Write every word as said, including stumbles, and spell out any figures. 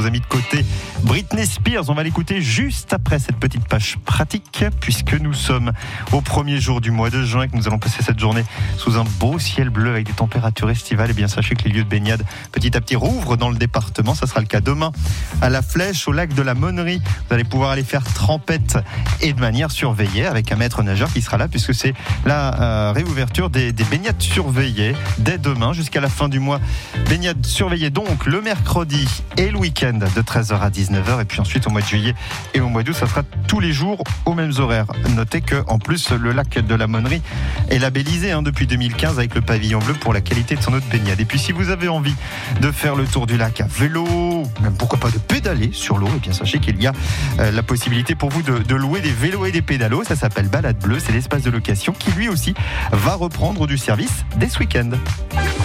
nous a mis de côté Britney Spears. On va l'écouter juste après cette petite page pratique, puisque nous sommes au premier jour du mois de juin et que nous allons passer cette journée sous un beau ciel bleu avec des températures estivales. Et bien sachez que les lieux de baignade petit à petit rouvrent dans le département. Ça sera le cas demain à la Flèche, au lac de la Monnerie. Vous allez pouvoir aller faire trempette et de manière surveillée avec un maître nageur qui sera là, puisque c'est la euh, réouverture des, des baignades surveillées dès demain jusqu'à la fin du mois. Baignades surveillées donc le mercredi et le week-end de treize heures à dix-neuf heures, et puis ensuite au mois de juillet et au mois d'août ça sera tous les jours aux mêmes horaires. Notez que en plus le lac de la Monnerie est labellisé hein, depuis deux mille quinze avec le pavillon bleu pour la qualité de son eau de baignade. Et puis si vous avez envie de faire le tour du lac à vélo, même pourquoi pas de pédaler sur l'eau, et bien sachez qu'il y a euh, la possibilité pour vous de, de louer des vélos et des pédalos. Ça s'appelle Balade Bleue, c'est l'espace de location qui lui aussi va reprendre du service dès ce week-end.